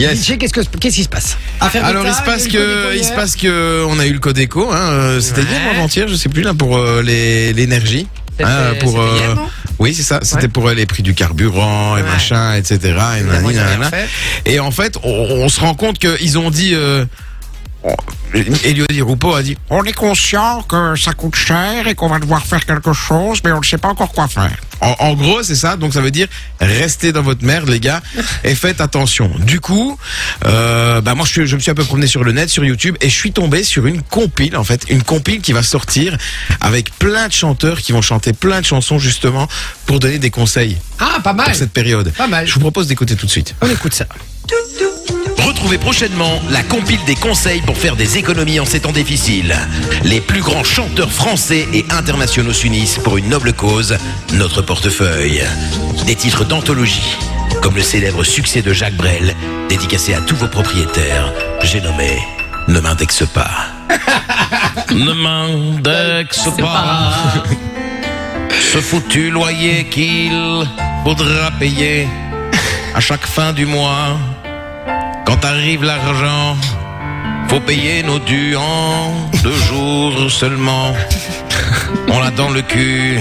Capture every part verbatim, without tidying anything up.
Yes. D J, qu'est-ce, que, qu'est-ce qui se passe? Affaire Alors il se passe que il se passe que on a eu le code éco, hein, euh, c'était Ouais. hier ou avant-hier, je sais plus là pour euh, les l'énergie. C'était- Hein, pour c'était hier, non oui c'est ça, c'était Ouais. pour euh, les prix du carburant et Ouais. machin, et cetera. Et, Évidemment, nanani, ils ont rien nanana. fait. Et en fait, on, on se rend compte qu'ils ont dit. Euh, on- Elio Di Rupo a dit on est conscient que ça coûte cher et qu'on va devoir faire quelque chose, mais on ne sait pas encore quoi faire. En, en gros, c'est ça. Donc ça veut dire restez dans votre merde, les gars, et faites attention. Du coup, euh, bah moi je, suis- je me suis un peu promené sur le net, sur YouTube, et je suis tombé sur une compile, en fait, une compile qui va sortir avec plein de chanteurs qui vont chanter plein de chansons justement pour donner des conseils Ah, pas mal. pour cette période. Pas mal. Je vous propose d'écouter tout de suite. On écoute ça. Retrouvez prochainement la compile des conseils pour faire des économies en ces temps difficiles. Les plus grands chanteurs français et internationaux s'unissent pour une noble cause, notre portefeuille. Des titres d'anthologie, comme le célèbre succès de Jacques Brel, dédicacé à tous vos propriétaires. J'ai nommé Ne m'indexe pas. Ne m'indexe pas. Ce foutu loyer qu'il faudra payer à chaque fin du mois. Quand arrive l'argent, faut payer nos dus en deux jours seulement. On l'a dans le cul.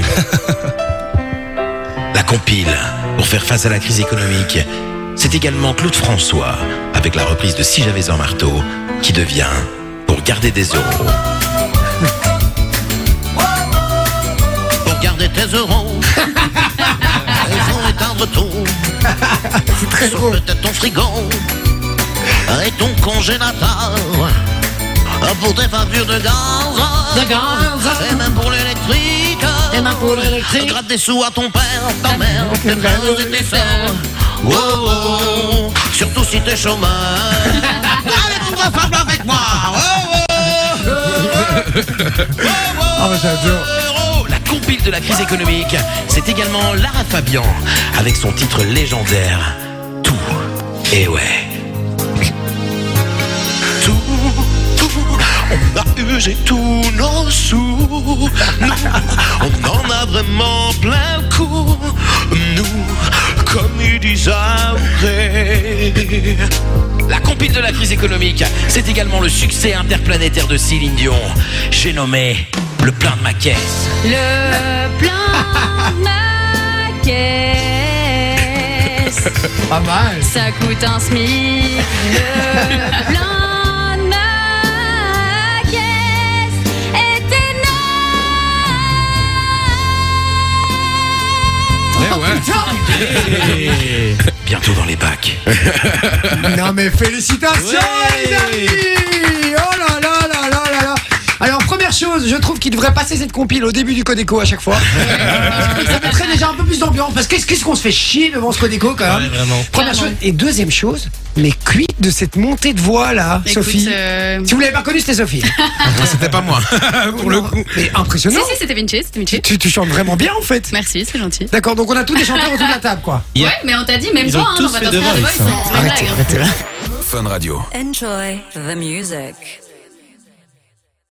La compile, pour faire face à la crise économique, c'est également Claude François, avec la reprise de Si j'avais un marteau, qui devient Pour garder des euros. Pour garder tes euros, il faut éteindre tout. C'est très Sauf beau. peut-être ton frigo et ton congélateur. Pour tes factures de gaz, De gaz. et même pour l'électrique. Et même pour l'électrique. Gratte des sous à ton père, ta mère, tes frères et tes sœurs. Oh, oh, oh. Surtout si t'es chômeur. Allez, tout va faire avec moi. Oh, oh. Ah, bah, j'adore. Oh, la compile de la crise économique, c'est également Lara Fabian avec son titre légendaire Tout. Et ouais. Tout, tout, on a usé tous nos sous. Nous, on en a vraiment plein le coup. Nous, comme ils disent après. La compile de la crise économique, c'est également le succès interplanétaire de Céline Dion. J'ai nommé le plein de ma caisse. Le plein de ma caisse, Pas mal. ça coûte un SMIC. Le plein de ma caisse est Eh ouais. Bientôt dans les bacs. Non mais félicitations Ouais. les amis. Oh là là là là là là. Alors première chose, je trouve qu'il devrait passer cette compile au début du Codeco à chaque fois. Euh, ça mettrait déjà un peu plus d'ambiance parce que qu'est-ce qu'est-ce qu'on se fait chier devant ce Codeco quand même. vraiment. Première chose. Et deuxième chose, mais quid de cette montée de voix là, Écoute, Sophie. euh, Si vous l'avez pas connue, c'était Sophie. C'était pas moi, pour le coup. Mais impressionnant. Si, si, c'était Vinci, c'était Vinci. Tu, tu chantes vraiment bien en fait. Merci, c'est gentil. D'accord, donc on a tous des chanteurs autour de la table quoi. Ouais, mais on t'a dit, même Ils toi, ont hein, tous on va fait t'en The faire The Voice, Voice, hein. c'est une Arrêtez, blague. arrêtez là. Enjoy the music.